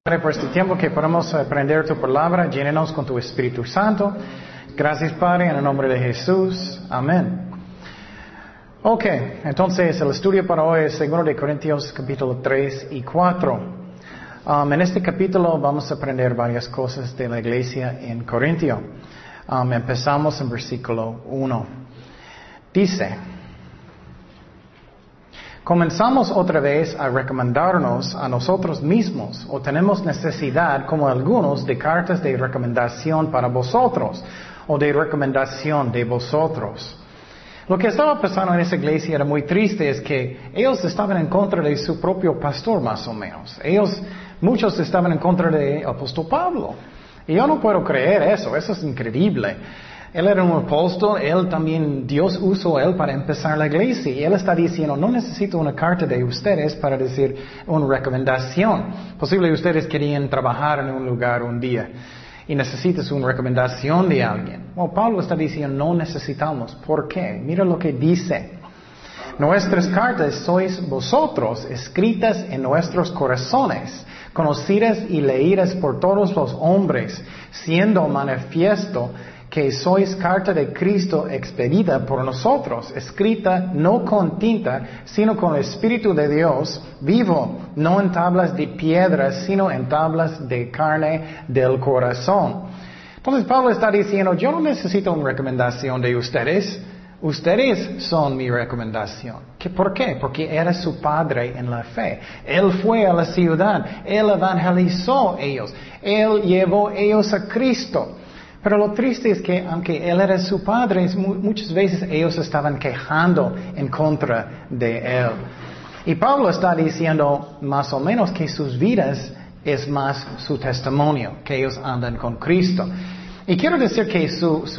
Padre, por este tiempo que podamos aprender tu palabra, llénenos con tu Espíritu Santo. Gracias, Padre, en el nombre de Jesús. Amén. Ok, entonces el estudio para hoy es 2 de Corintios capítulo 3 y 4. En este capítulo vamos a aprender varias cosas de la iglesia en Corintio. Empezamos en versículo 1. Dice: ¿comenzamos otra vez a recomendarnos a nosotros mismos o tenemos necesidad, como algunos, de cartas de recomendación para vosotros o de recomendación de vosotros? Lo que estaba pasando en esa iglesia era muy triste, es que ellos estaban en contra de su propio pastor, más o menos. Muchos estaban en contra del apóstol Pablo. Y yo no puedo creer eso es increíble. Él era un apóstol, Dios usó él para empezar la iglesia. Y él está diciendo, no necesito una carta de ustedes para decir una recomendación. Posible ustedes querían trabajar en un lugar un día y necesitas una recomendación de alguien. Bueno, Pablo está diciendo, no necesitamos. ¿Por qué? Mira lo que dice. Nuestras cartas sois vosotros, escritas en nuestros corazones, conocidas y leídas por todos los hombres, siendo manifiesto que sois carta de Cristo expedida por nosotros, escrita no con tinta, sino con el Espíritu de Dios vivo, no en tablas de piedra, sino en tablas de carne del corazón. Entonces Pablo está diciendo, yo no necesito una recomendación de ustedes. Ustedes son mi recomendación. ¿Por qué? Porque era su padre en la fe. Él fue a la ciudad, él evangelizó a ellos, él llevó a ellos a Cristo. Pero lo triste es que aunque él era su padre, muchas veces ellos estaban quejando en contra de él. Y Pablo está diciendo más o menos que sus vidas es más su testimonio, que ellos andan con Cristo. Y quiero decir que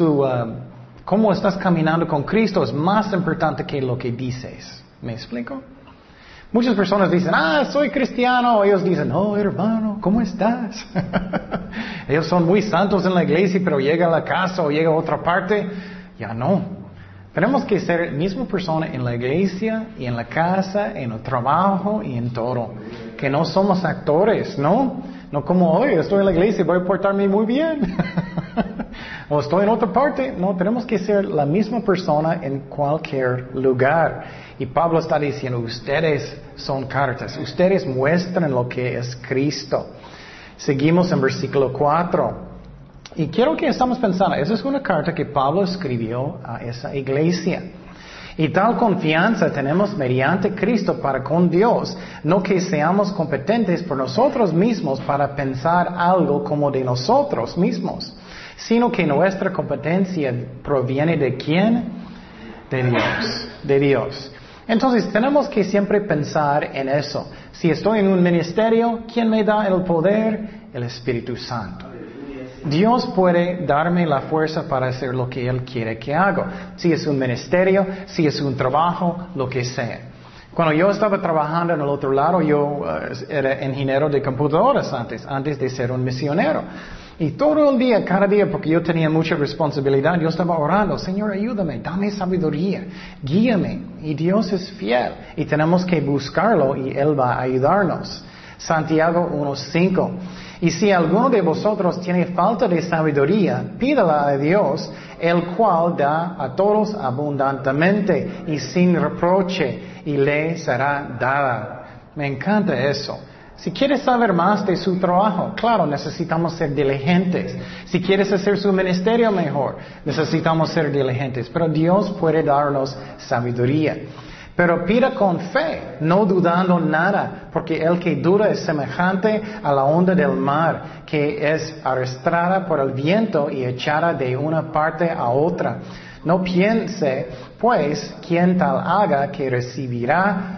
cómo estás caminando con Cristo es más importante que lo que dices. ¿Me explico? Muchas personas dicen, soy cristiano. Ellos dicen, hermano, ¿cómo estás? Ellos son muy santos en la iglesia, pero llega a la casa o llega a otra parte, ya no. Tenemos que ser la misma persona en la iglesia y en la casa, en el trabajo y en todo. Que no somos actores, ¿no? No como hoy, estoy en la iglesia y voy a portarme muy bien. O estoy en otra parte. No, tenemos que ser la misma persona en cualquier lugar. Y Pablo está diciendo, ustedes son cartas. Ustedes muestran lo que es Cristo. Seguimos en versículo 4. Y quiero que estamos pensando, esa es una carta que Pablo escribió a esa iglesia. Y tal confianza tenemos mediante Cristo para con Dios, no que seamos competentes por nosotros mismos para pensar algo como de nosotros mismos, sino que nuestra competencia proviene ¿de quién? De Dios. De Dios. Entonces tenemos que siempre pensar en eso. Si estoy en un ministerio, ¿quién me da el poder? El Espíritu Santo. Dios puede darme la fuerza para hacer lo que Él quiere que haga. Si es un ministerio, si es un trabajo, lo que sea. Cuando yo estaba trabajando en el otro lado, yo era ingeniero de computadoras antes de ser un misionero. Y todo el día, cada día, porque yo tenía mucha responsabilidad, yo estaba orando, Señor, ayúdame, dame sabiduría, guíame. Y Dios es fiel. Y tenemos que buscarlo y Él va a ayudarnos. Santiago 1:5. Y si alguno de vosotros tiene falta de sabiduría, pídala a Dios, el cual da a todos abundantemente y sin reproche, y le será dada. Me encanta eso. Si quieres saber más de su trabajo, claro, necesitamos ser diligentes. Si quieres hacer su ministerio mejor, necesitamos ser diligentes. Pero Dios puede darnos sabiduría. Pero pida con fe, no dudando nada, porque el que duda es semejante a la onda del mar, que es arrastrada por el viento y echada de una parte a otra. No piense, pues, quien tal haga que recibirá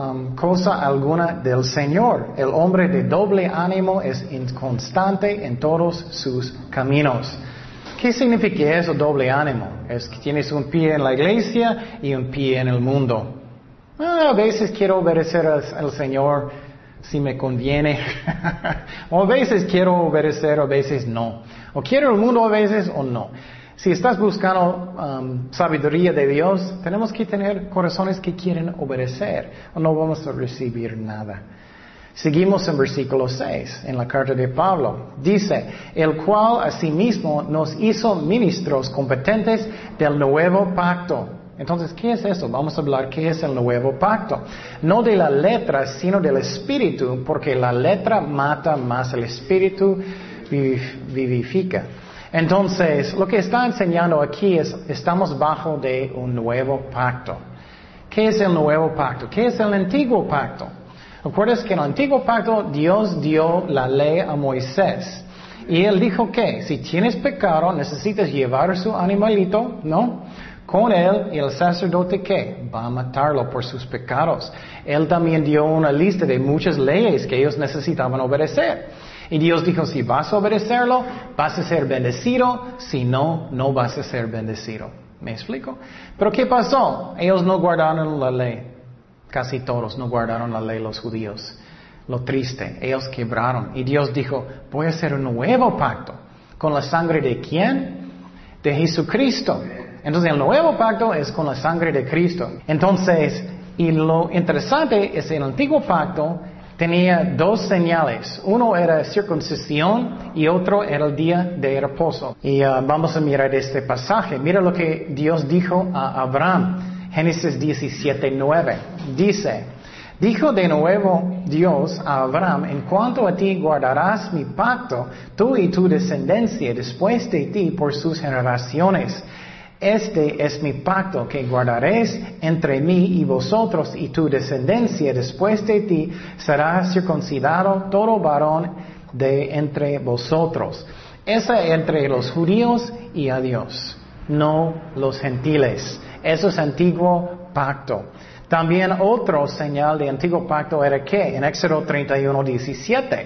cosa alguna del Señor. El hombre de doble ánimo es inconstante en todos sus caminos. ¿Qué significa eso, doble ánimo? Es que tienes un pie en la iglesia y un pie en el mundo. A veces quiero obedecer al Señor si me conviene. O a veces quiero obedecer, a veces no. O quiero el mundo a veces o no. Si estás buscando sabiduría de Dios, tenemos que tener corazones que quieren obedecer o no vamos a recibir nada. Seguimos en versículo 6, en la carta de Pablo. Dice, el cual asimismo nos hizo ministros competentes del nuevo pacto. Entonces, ¿qué es eso? Vamos a hablar qué es el nuevo pacto. No de la letra, sino del espíritu, porque la letra mata, más el espíritu vivifica. Entonces, lo que está enseñando aquí es, estamos bajo de un nuevo pacto. ¿Qué es el nuevo pacto? ¿Qué es el antiguo pacto? ¿Recuerdas que en el antiguo pacto Dios dio la ley a Moisés? Y él dijo que si tienes pecado necesitas llevar su animalito, ¿no? Con él, y el sacerdote ¿qué? Va a matarlo por sus pecados. Él también dio una lista de muchas leyes que ellos necesitaban obedecer. Y Dios dijo, si vas a obedecerlo, vas a ser bendecido, si no, no vas a ser bendecido. ¿Me explico? Pero ¿qué pasó? Ellos no guardaron la ley. Casi todos no guardaron la ley, los judíos. Lo triste, ellos quebraron. Y Dios dijo, voy a hacer un nuevo pacto. ¿Con la sangre de quién? De Jesucristo. Entonces el nuevo pacto es con la sangre de Cristo. Entonces, y lo interesante es que el antiguo pacto tenía dos señales. Uno era circuncisión y otro era el día de reposo. Y vamos a mirar este pasaje. Mira lo que Dios dijo a Abraham. Génesis 17:9. Dice, dijo de nuevo Dios a Abraham, en cuanto a ti guardarás mi pacto, tú y tu descendencia después de ti por sus generaciones. Este es mi pacto que guardaréis entre mí y vosotros y tu descendencia después de ti será circuncidado todo varón de entre vosotros. Esa entre los judíos y a Dios, no los gentiles. Eso es antiguo pacto. También otro señal de antiguo pacto era que en Éxodo 31:17.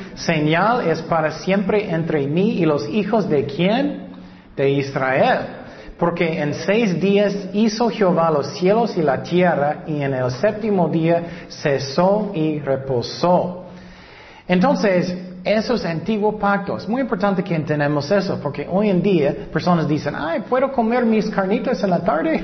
Señal es para siempre entre mí y los hijos de ¿quién? De Israel. Porque en 6 días hizo Jehová los cielos y la tierra, y en el séptimo día cesó y reposó. Entonces, eso es antiguo pacto. Es muy importante que entendamos eso, porque hoy en día personas dicen, ay, ¿puedo comer mis carnitas en la tarde?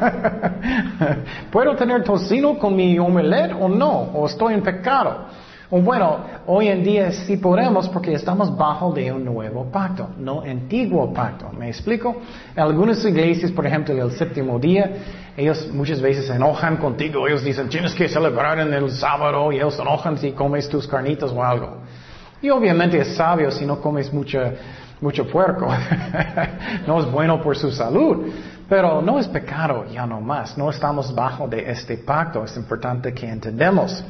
¿Puedo tener tocino con mi omelette o no? ¿O estoy en pecado? O bueno, hoy en día sí podemos porque estamos bajo de un nuevo pacto, no antiguo pacto. ¿Me explico? En algunas iglesias, por ejemplo, el séptimo día, ellos muchas veces se enojan contigo. Ellos dicen, tienes que celebrar en el sábado, y ellos se enojan si comes tus carnitas o algo. Y obviamente es sabio si no comes mucho puerco. No es bueno por su salud. Pero no es pecado ya no más. No estamos bajo de este pacto. Es importante que entendamos.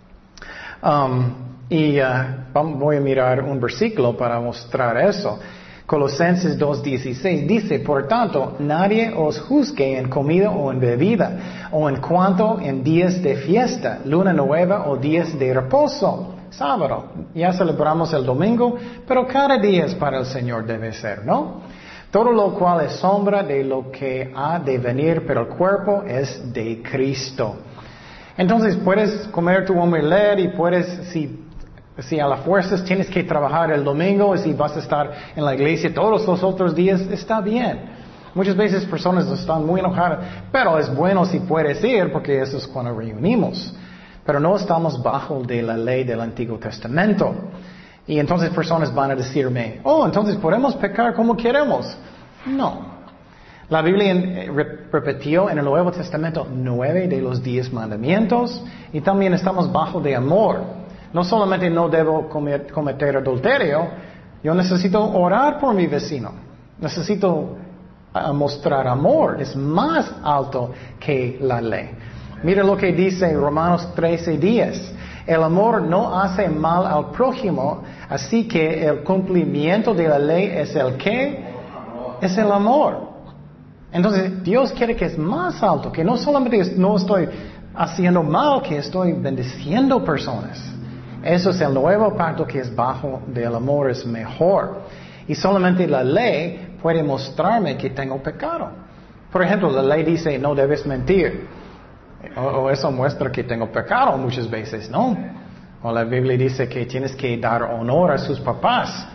Voy a mirar un versículo para mostrar eso. Colosenses 2:16 dice, por tanto, nadie os juzgue en comida o en bebida, o en cuanto en días de fiesta, luna nueva o días de reposo. Sábado, ya celebramos el domingo, pero cada día es para el Señor debe ser, ¿no? Todo lo cual es sombra de lo que ha de venir, pero el cuerpo es de Cristo. Entonces puedes comer tu omelette y puedes, si a las fuerzas tienes que trabajar el domingo y si vas a estar en la iglesia todos los otros días, está bien. Muchas veces personas están muy enojadas, pero es bueno si puedes ir porque eso es cuando reunimos. Pero no estamos bajo de la ley del Antiguo Testamento. Y entonces personas van a decirme, oh, entonces podemos pecar como queremos. No. La Biblia repitió en el Nuevo Testamento 9 de los 10 mandamientos y también estamos bajo de amor. No solamente no debo cometer adulterio, yo necesito orar por mi vecino. Necesito mostrar amor. Es más alto que la ley. Mira lo que dice Romanos 13:10. El amor no hace mal al prójimo, así que el cumplimiento de la ley es el ¿qué? Es el amor. Entonces, Dios quiere que es más alto, que no solamente no estoy haciendo mal, que estoy bendiciendo personas. Eso es el nuevo pacto que es bajo del amor, es mejor. Y solamente la ley puede mostrarme que tengo pecado. Por ejemplo, la ley dice no debes mentir. O eso muestra que tengo pecado muchas veces, ¿no? O la Biblia dice que tienes que dar honor a sus papás.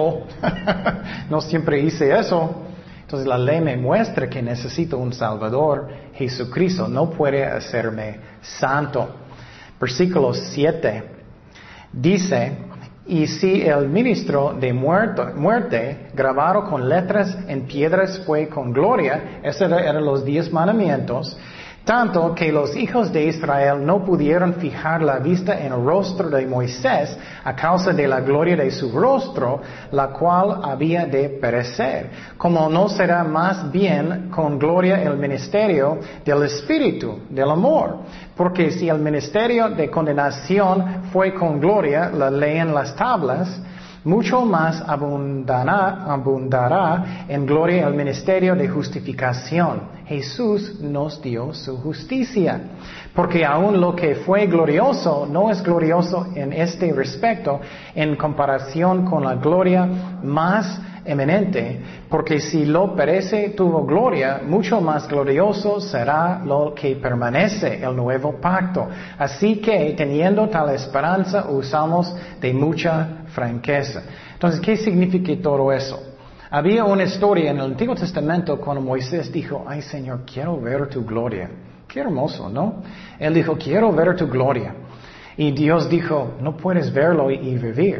No siempre hice eso. Entonces la ley me muestra que necesito un Salvador. Jesucristo no puede hacerme santo. Versículo 7. Dice, y si el ministro de muerte, grabado con letras en piedras, fue con gloria, esos eran los 10 mandamientos, tanto que los hijos de Israel no pudieron fijar la vista en el rostro de Moisés a causa de la gloria de su rostro, la cual había de perecer. Como no será más bien con gloria el ministerio del Espíritu, del amor. Porque si el ministerio de condenación fue con gloria, la ley en las tablas, mucho más abundará en gloria el ministerio de justificación. Jesús nos dio su justicia. Porque aún lo que fue glorioso no es glorioso en este respecto en comparación con la gloria más eminente. Porque si lo perece tuvo gloria, mucho más glorioso será lo que permanece, el nuevo pacto. Así que teniendo tal esperanza usamos de mucha franqueza. Entonces, ¿qué significa todo eso? Había una historia en el Antiguo Testamento cuando Moisés dijo, ay Señor, quiero ver tu gloria. Qué hermoso, ¿no? Él dijo, quiero ver tu gloria. Y Dios dijo, no puedes verlo y vivir.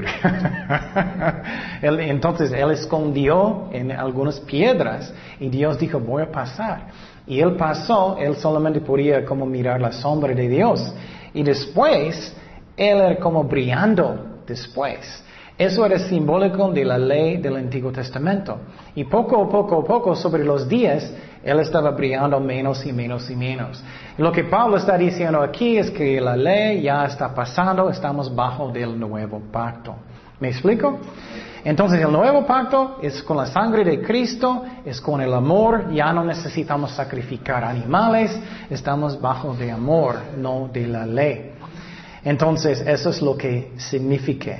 Entonces Él escondió en algunas piedras y Dios dijo, voy a pasar. Y Él pasó, Él solamente podía como mirar la sombra de Dios. Y después, Él era como brillando después. Eso era simbólico de la ley del Antiguo Testamento. Y poco a poco, sobre los días, Él estaba brillando menos y menos y menos. Lo que Pablo está diciendo aquí es que la ley ya está pasando, estamos bajo del nuevo pacto. ¿Me explico? Entonces el nuevo pacto es con la sangre de Cristo, es con el amor, ya no necesitamos sacrificar animales, estamos bajo de amor, no de la ley. Entonces eso es lo que significa.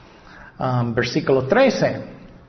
Versículo 13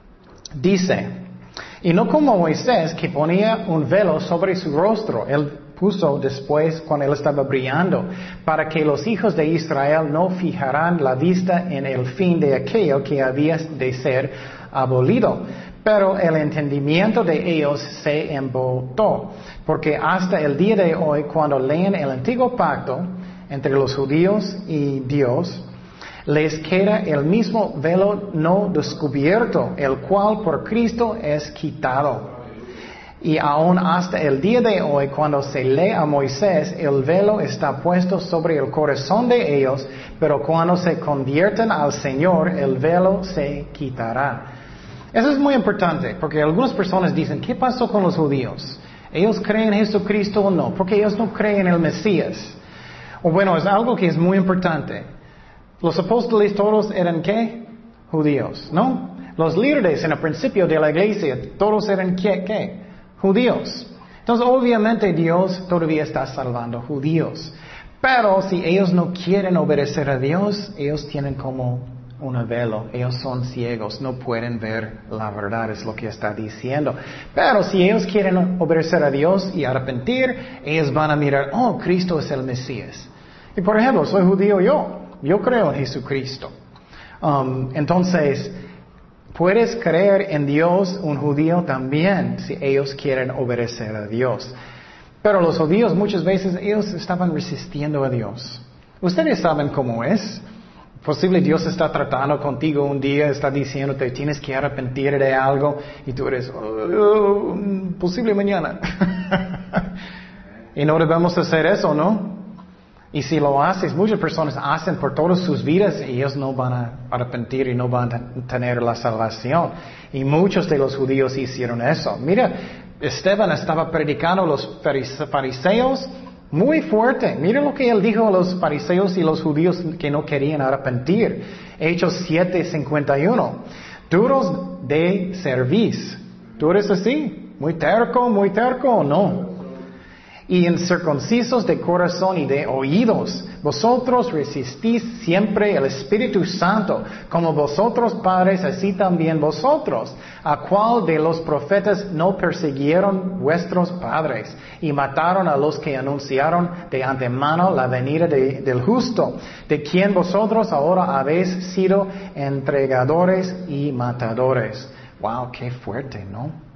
dice, y no como Moisés que ponía un velo sobre su rostro, él puso después cuando él estaba brillando, para que los hijos de Israel no fijaran la vista en el fin de aquello que había de ser abolido. Pero el entendimiento de ellos se embotó, porque hasta el día de hoy, cuando leen el antiguo pacto entre los judíos y Dios, les queda el mismo velo no descubierto, el cual por Cristo es quitado. Y aún hasta el día de hoy, cuando se lee a Moisés, el velo está puesto sobre el corazón de ellos, pero cuando se convierten al Señor, el velo se quitará. Eso es muy importante, porque algunas personas dicen, ¿qué pasó con los judíos? ¿Ellos creen en Jesucristo o no? Porque ellos no creen en el Mesías. O bueno, es algo que es muy importante. Los apóstoles todos eran ¿qué? Judíos, ¿no? Los líderes en el principio de la iglesia, todos eran ¿qué? Judíos. Entonces, obviamente Dios todavía está salvando judíos. Pero si ellos no quieren obedecer a Dios, ellos tienen como un velo. Ellos son ciegos, no pueden ver la verdad, es lo que está diciendo. Pero si ellos quieren obedecer a Dios y arrepentir, ellos van a mirar, oh, Cristo es el Mesías. Y por ejemplo, soy judío yo creo en Jesucristo. Entonces, puedes creer en Dios, un judío también, si ellos quieren obedecer a Dios. Pero los judíos muchas veces, ellos estaban resistiendo a Dios. Ustedes saben cómo es. Posible Dios está tratando contigo un día, está diciéndote, tienes que arrepentir de algo, y tú eres, posible mañana. Y no debemos hacer eso, ¿no? Y si lo haces, muchas personas hacen por todas sus vidas y ellos no van a arrepentir y no van a tener la salvación. Y muchos de los judíos hicieron eso. Mira, Esteban estaba predicando a los fariseos muy fuerte. Mira lo que él dijo a los fariseos y los judíos que no querían arrepentir. Hechos 7:51. Duros de cerviz. ¿Tú eres así? ¿Muy terco o no? Y incircuncisos de corazón y de oídos, vosotros resistís siempre el Espíritu Santo, como vosotros padres, así también vosotros. ¿A cuál de los profetas no persiguieron vuestros padres y mataron a los que anunciaron de antemano la venida del justo, de quien vosotros ahora habéis sido entregadores y matadores? Wow, qué fuerte, ¿no?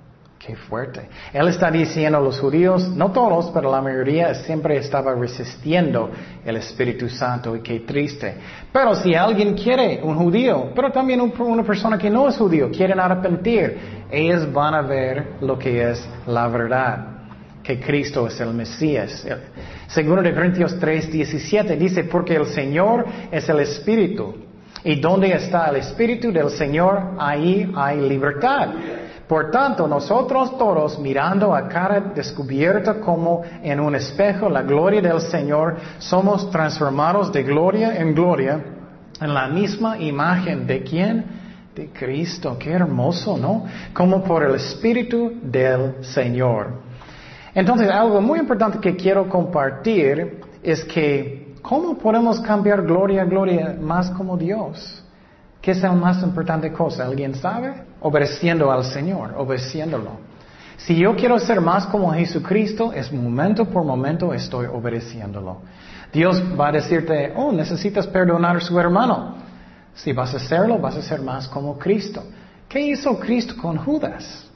Qué fuerte. Él está diciendo a los judíos, no todos, pero la mayoría siempre estaba resistiendo el Espíritu Santo y qué triste. Pero si alguien quiere, un judío, pero también una persona que no es judío, quieren arrepentir, ellos van a ver lo que es la verdad, que Cristo es el Mesías. Segundo de Corintios 3:17 dice, porque el Señor es el Espíritu. Y donde está el Espíritu del Señor, ahí hay libertad. Por tanto, nosotros todos, mirando a cara descubierta como en un espejo la gloria del Señor, somos transformados de gloria en gloria en la misma imagen. ¿De quién? De Cristo. Qué hermoso, ¿no? Como por el Espíritu del Señor. Entonces, algo muy importante que quiero compartir es que, ¿cómo podemos cambiar gloria a gloria más como Dios? ¿Qué es la más importante cosa? ¿Alguien sabe? Obedeciendo al Señor, obedeciéndolo. Si yo quiero ser más como Jesucristo, es momento por momento estoy obedeciéndolo. Dios va a decirte, oh, necesitas perdonar a su hermano. Si vas a hacerlo, vas a ser más como Cristo. ¿Qué hizo Cristo con Judas?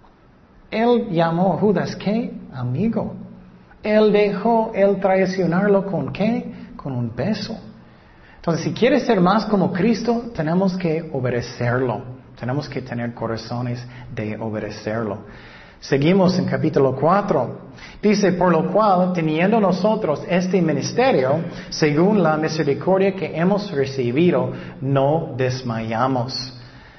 Él llamó a Judas, ¿qué? Amigo. Él dejó él traicionarlo con ¿qué? Con un beso. Entonces, si quieres ser más como Cristo, tenemos que obedecerlo. Tenemos que tener corazones de obedecerlo. Seguimos en capítulo 4. Dice, por lo cual, teniendo nosotros este ministerio, según la misericordia que hemos recibido, no desmayamos.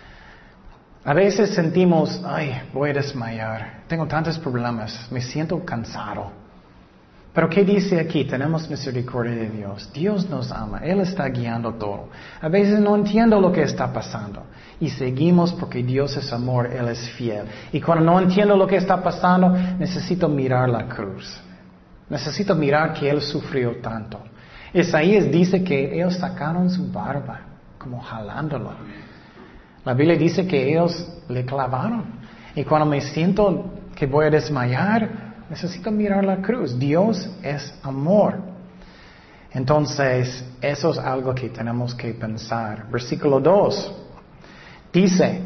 A veces sentimos, ay, voy a desmayar. Tengo tantos problemas. Me siento cansado. Pero ¿qué dice aquí? Tenemos misericordia de Dios. Dios nos ama. Él está guiando todo. A veces no entiendo lo que está pasando. Y seguimos porque Dios es amor, Él es fiel. Y cuando no entiendo lo que está pasando, necesito mirar la cruz. Necesito mirar que Él sufrió tanto. Isaías dice que ellos sacaron su barba, como jalándolo. La Biblia dice que ellos le clavaron. Y cuando me siento que voy a desmayar, necesito mirar la cruz. Dios es amor. Entonces, eso es algo que tenemos que pensar. Versículo 2. Dice,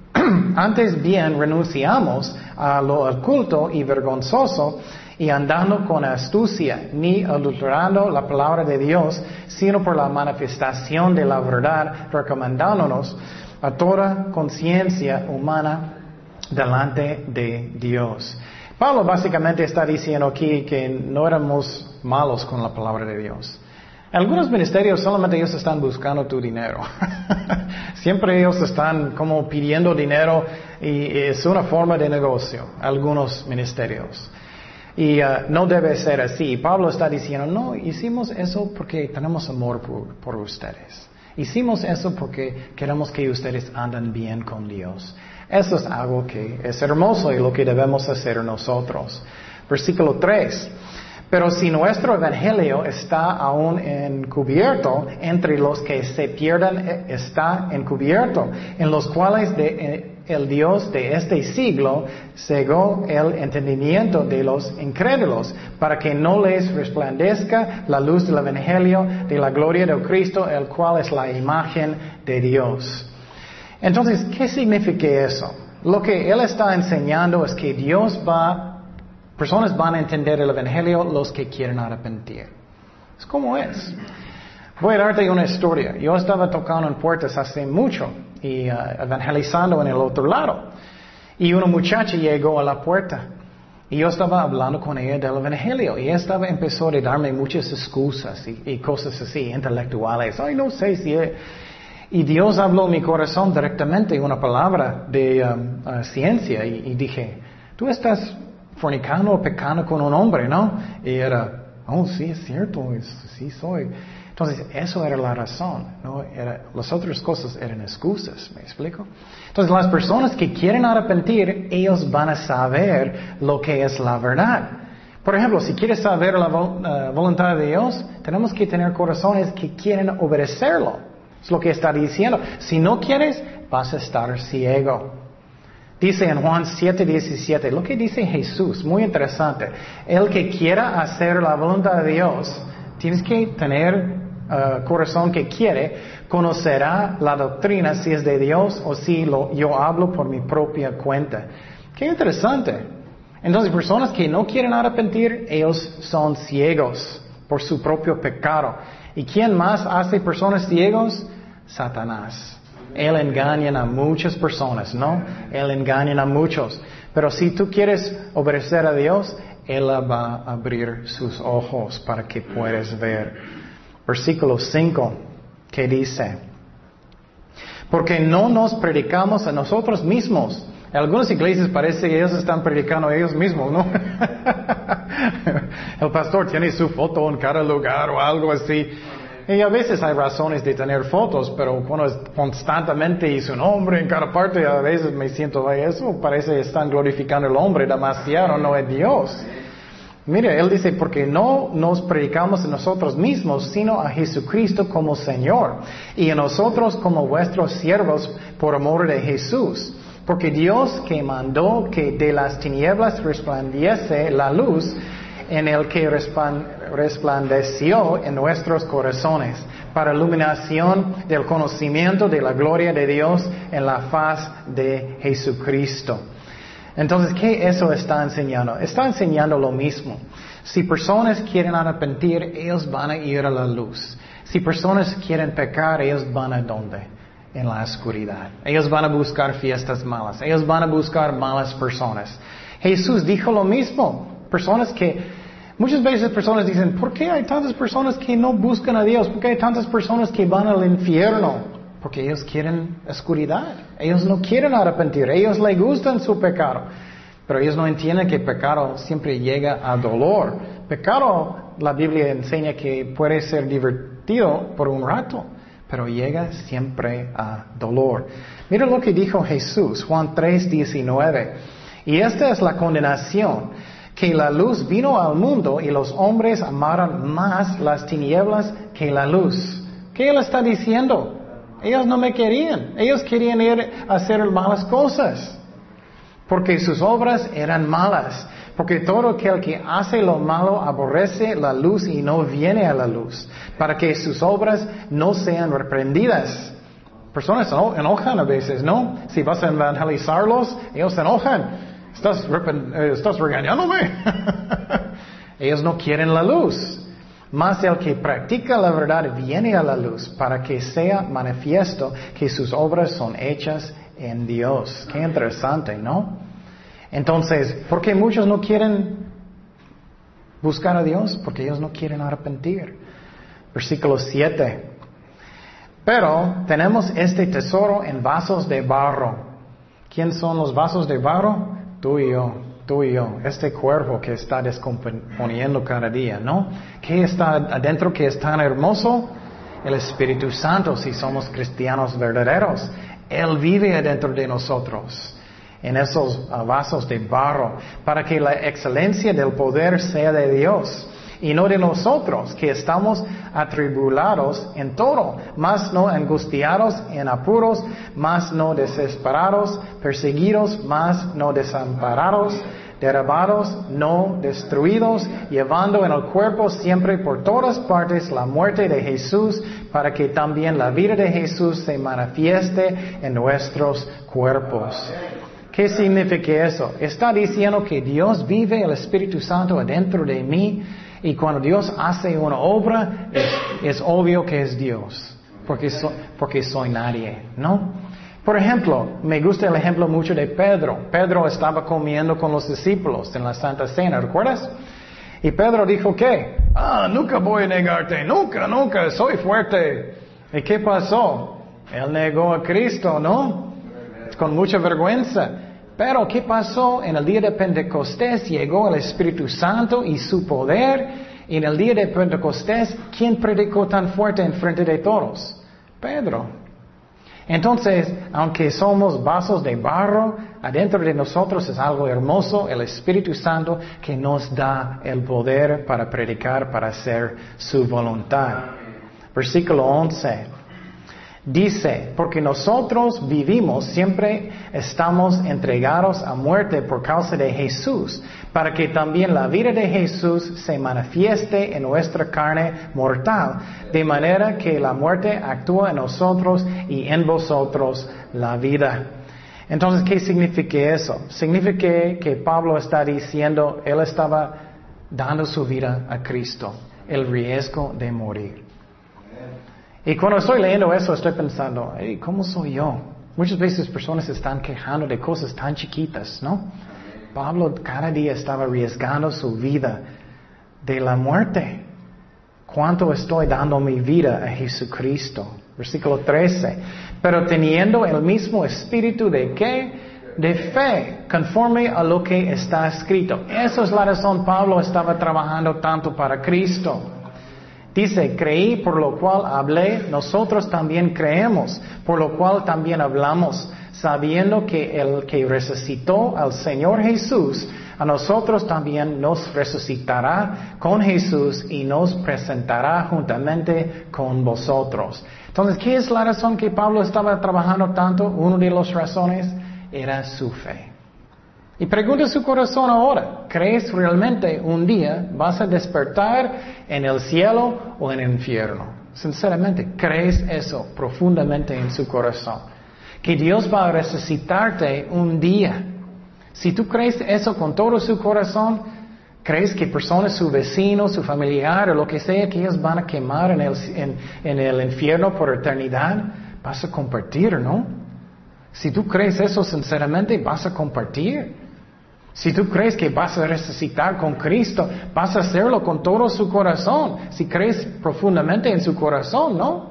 antes bien renunciamos a lo oculto y vergonzoso y andando con astucia, ni adulterando la palabra de Dios, sino por la manifestación de la verdad, recomendándonos a toda conciencia humana delante de Dios. Pablo básicamente está diciendo aquí que no éramos malos con la palabra de Dios. Algunos ministerios solamente ellos están buscando tu dinero. Siempre ellos están como pidiendo dinero y es una forma de negocio, algunos ministerios. Y no debe ser así. Pablo está diciendo, no, hicimos eso porque tenemos amor por ustedes. Hicimos eso porque queremos que ustedes anden bien con Dios. Eso es algo que es hermoso y lo que debemos hacer nosotros. Versículo 3. Pero si nuestro evangelio está aún encubierto, entre los que se pierdan está encubierto, en los cuales el Dios de este siglo cegó el entendimiento de los incrédulos, para que no les resplandezca la luz del evangelio de la gloria de Cristo, el cual es la imagen de Dios. Entonces, ¿qué significa eso? Lo que él está enseñando es que personas van a entender el evangelio los que quieren arrepentir. Es como es. Voy a darte una historia. Yo estaba tocando en puertas hace mucho y evangelizando en el otro lado. Y una muchacha llegó a la puerta y yo estaba hablando con ella del evangelio y ella empezó a darme muchas excusas y cosas así intelectuales. Ay, no sé si... Y Dios habló en mi corazón directamente una palabra de ciencia y dije, tú estás fornicando o pecando con un hombre, ¿no? Y era, oh, sí, es cierto, sí soy. Entonces, eso era la razón, ¿no? Las otras cosas eran excusas, ¿me explico? Entonces, las personas que quieren arrepentir, ellos van a saber lo que es la verdad. Por ejemplo, si quieres saber la voluntad de Dios, tenemos que tener corazones que quieren obedecerlo. Es lo que está diciendo. Si no quieres, vas a estar ciego. Dice en Juan 7:17, lo que dice Jesús, muy interesante. El que quiera hacer la voluntad de Dios, tienes que tener corazón que quiere, conocerá la doctrina si es de Dios o si yo hablo por mi propia cuenta. Qué interesante. Entonces, personas que no quieren arrepentir, ellos son ciegos por su propio pecado. ¿Y quién más hace personas ciegos? Satanás. Él engaña a muchas personas, ¿no? Él engaña a muchos. Pero si tú quieres obedecer a Dios, Él va a abrir sus ojos para que puedas ver. Versículo 5, que dice, porque no nos predicamos a nosotros mismos. En algunas iglesias parece que ellos están predicando a ellos mismos, ¿no? El pastor tiene su foto en cada lugar o algo así. Y a veces hay razones de tener fotos, pero cuando es constantemente y su nombre en cada parte, a veces me siento, eso parece que están glorificando al hombre demasiado, no es Dios. Mire, él dice, porque no nos predicamos a nosotros mismos, sino a Jesucristo como Señor, y a nosotros como vuestros siervos por amor de Jesús. Porque Dios que mandó que de las tinieblas resplandeciese la luz, en el que resplandeció en nuestros corazones, para iluminación del conocimiento de la gloria de Dios en la faz de Jesucristo. Entonces, ¿qué eso está enseñando? Está enseñando lo mismo. Si personas quieren arrepentir, ellos van a ir a la luz. Si personas quieren pecar, ellos van a ¿dónde? En la oscuridad. Ellos van a buscar fiestas malas. Ellos van a buscar malas personas. Jesús dijo lo mismo. Muchas veces personas dicen, ¿por qué hay tantas personas que no buscan a Dios? ¿Por qué hay tantas personas que van al infierno? Porque ellos quieren oscuridad. Ellos no quieren arrepentir. Ellos les gustan su pecado. Pero ellos no entienden que pecado siempre llega a dolor. Pecado, la Biblia enseña que puede ser divertido por un rato, pero llega siempre a dolor. Mira lo que dijo Jesús, Juan 3:19. Y esta es la condenación, que la luz vino al mundo y los hombres amaron más las tinieblas que la luz. ¿Qué él está diciendo? Ellos no me querían. Ellos querían ir a hacer malas cosas. Porque sus obras eran malas. Porque todo aquel que hace lo malo aborrece la luz y no viene a la luz, para que sus obras no sean reprendidas. Personas se enojan a veces, ¿no? Si vas a evangelizarlos, ellos se enojan. ¿Estás regañándome? Ellos no quieren la luz. Mas el que practica la verdad viene a la luz para que sea manifiesto que sus obras son hechas en Dios. Qué interesante, ¿no? Entonces, ¿por qué muchos no quieren buscar a Dios? Porque ellos no quieren arrepentir. Versículo 7. Pero tenemos este tesoro en vasos de barro. ¿Quién son los vasos de barro? Tú y yo, este cuerpo que está descomponiendo cada día, ¿no? ¿Qué está adentro que es tan hermoso? El Espíritu Santo, si somos cristianos verdaderos. Él vive adentro de nosotros, en esos vasos de barro, para que la excelencia del poder sea de Dios y no de nosotros, que estamos atribulados en todo, mas no angustiados en apuros, mas no desesperados, perseguidos, mas no desamparados, derribados, no destruidos, llevando en el cuerpo siempre por todas partes la muerte de Jesús, para que también la vida de Jesús se manifieste en nuestros cuerpos. ¿Qué significa eso? Está diciendo que Dios vive, el Espíritu Santo adentro de mí, y cuando Dios hace una obra, es obvio que es Dios, porque soy nadie, ¿no? Por ejemplo, me gusta el ejemplo mucho de Pedro. Pedro estaba comiendo con los discípulos en la Santa Cena, ¿recuerdas? Y Pedro dijo, ¿qué? Nunca voy a negarte, nunca, soy fuerte. ¿Y qué pasó? Él negó a Cristo, ¿no? Con mucha vergüenza. Pero ¿qué pasó? En el día de Pentecostés llegó el Espíritu Santo y su poder. Y en el día de Pentecostés, ¿quién predicó tan fuerte en frente de todos? Pedro. Entonces, aunque somos vasos de barro, adentro de nosotros es algo hermoso, el Espíritu Santo que nos da el poder para predicar, para hacer su voluntad. Versículo 11. Dice, porque nosotros vivimos, siempre estamos entregados a muerte por causa de Jesús, para que también la vida de Jesús se manifieste en nuestra carne mortal, de manera que la muerte actúa en nosotros y en vosotros la vida. Entonces, ¿qué significa eso? Significa que Pablo está diciendo, él estaba dando su vida a Cristo, el riesgo de morir. Y cuando estoy leyendo eso, estoy pensando, hey, ¿cómo soy yo? Muchas veces personas están quejando de cosas tan chiquitas, ¿no? Pablo cada día estaba arriesgando su vida de la muerte. ¿Cuánto estoy dando mi vida a Jesucristo? Versículo 13. Pero teniendo el mismo espíritu de ¿qué? De fe, conforme a lo que está escrito. Esa es la razón Pablo estaba trabajando tanto para Cristo. Dice, creí por lo cual hablé, nosotros también creemos, por lo cual también hablamos, sabiendo que el que resucitó al Señor Jesús, a nosotros también nos resucitará con Jesús y nos presentará juntamente con vosotros. Entonces, ¿qué es la razón que Pablo estaba trabajando tanto? Una de las razones era su fe. Y pregunta su corazón ahora, ¿crees realmente un día vas a despertar en el cielo o en el infierno? Sinceramente, ¿crees eso profundamente en su corazón? Que Dios va a resucitarte un día. Si tú crees eso con todo su corazón, ¿crees que personas, su vecino, su familiar o lo que sea, que ellos van a quemar en el infierno por eternidad? Vas a compartir, ¿no? Si tú crees eso sinceramente, vas a compartir. Si tú crees que vas a resucitar con Cristo, vas a hacerlo con todo su corazón. Si crees profundamente en su corazón, ¿no?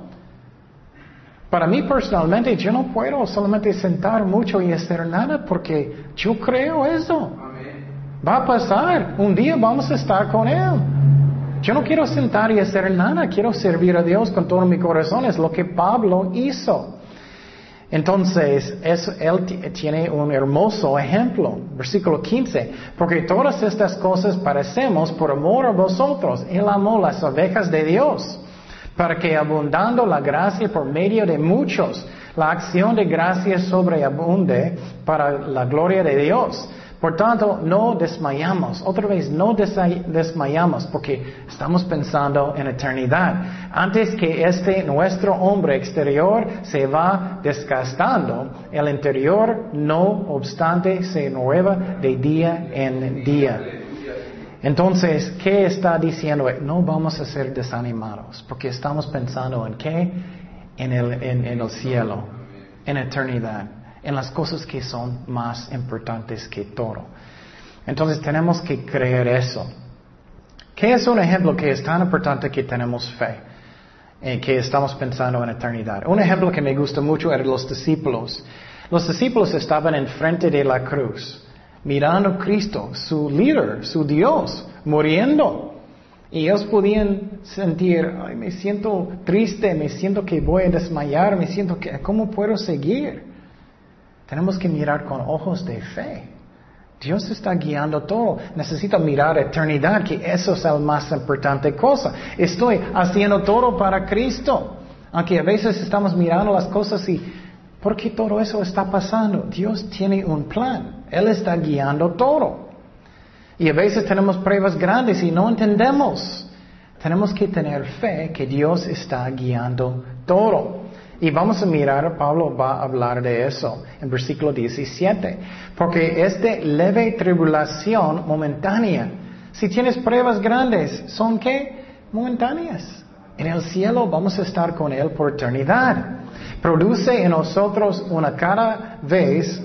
Para mí personalmente, yo no puedo solamente sentar mucho y hacer nada porque yo creo eso. Va a pasar. Un día vamos a estar con Él. Yo no quiero sentar y hacer nada. Quiero servir a Dios con todo mi corazón. Es lo que Pablo hizo. Entonces, él tiene un hermoso ejemplo. Versículo 15. Porque todas estas cosas padecemos por amor a vosotros. Él amó las ovejas de Dios, para que abundando la gracia por medio de muchos, la acción de gracia sobreabunde para la gloria de Dios. Por tanto, no desmayamos. Otra vez, no desmayamos porque estamos pensando en eternidad. Antes que nuestro hombre exterior se va desgastando, el interior, no obstante, se renueva de día en día. Entonces, ¿qué está diciendo? No vamos a ser desanimados porque estamos pensando en ¿qué? En el cielo, en eternidad, en las cosas que son más importantes que todo. Entonces tenemos que creer eso. ¿Qué es un ejemplo que es tan importante que tenemos fe? Que estamos pensando en eternidad. Un ejemplo que me gusta mucho era los discípulos. Los discípulos estaban enfrente de la cruz, mirando a Cristo, su líder, su Dios, muriendo. Y ellos podían sentir, ay, me siento triste, me siento que voy a desmayar, me siento que, ¿cómo puedo seguir? Tenemos que mirar con ojos de fe. Dios está guiando todo. Necesito mirar eternidad, que eso es la más importante cosa. Estoy haciendo todo para Cristo. Aunque a veces estamos mirando las cosas y, ¿por qué todo eso está pasando? Dios tiene un plan. Él está guiando todo. Y a veces tenemos pruebas grandes y no entendemos. Tenemos que tener fe que Dios está guiando todo. Y vamos a mirar, Pablo va a hablar de eso en versículo 17. Porque es de leve tribulación momentánea. Si tienes pruebas grandes, ¿son qué? Momentáneas. En el cielo vamos a estar con Él por eternidad. Produce en nosotros un cada vez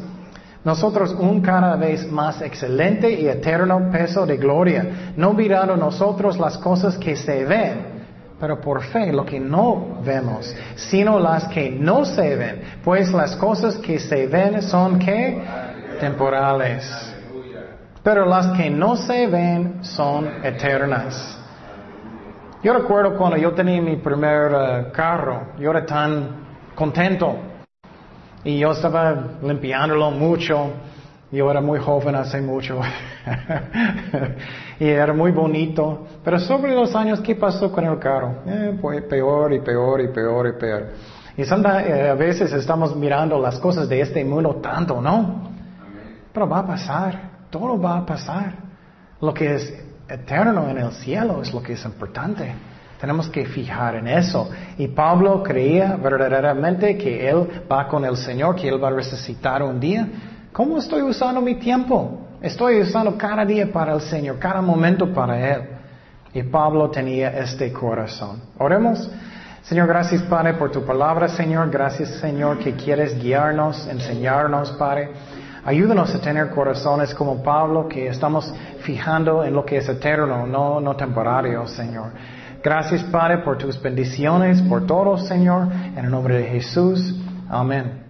más excelente y eterno peso de gloria, no mirando nosotros las cosas que se ven, pero por fe lo que no vemos, sino las que no se ven, pues las cosas que se ven son ¿qué? Temporales, pero las que no se ven son eternas. Yo recuerdo cuando yo tenía mi primer carro, yo era tan contento. Y yo estaba limpiándolo mucho. Yo era muy joven hace mucho. Y era muy bonito. Pero sobre los años, ¿qué pasó con el carro? Fue peor y peor y peor y peor. Y a veces estamos mirando las cosas de este mundo tanto, ¿no? Pero va a pasar. Todo va a pasar. Lo que es eterno en el cielo es lo que es importante. Tenemos que fijar en eso. Y Pablo creía verdaderamente que él va con el Señor, que él va a resucitar un día. ¿Cómo estoy usando mi tiempo? Estoy usando cada día para el Señor, cada momento para Él. Y Pablo tenía este corazón. Oremos. Señor, gracias, Padre, por tu palabra, Señor. Gracias, Señor, que quieres guiarnos, enseñarnos, Padre. Ayúdanos a tener corazones como Pablo, que estamos fijando en lo que es eterno, no temporario, Señor. Gracias, Padre, por tus bendiciones, por todo, Señor. En el nombre de Jesús. Amén.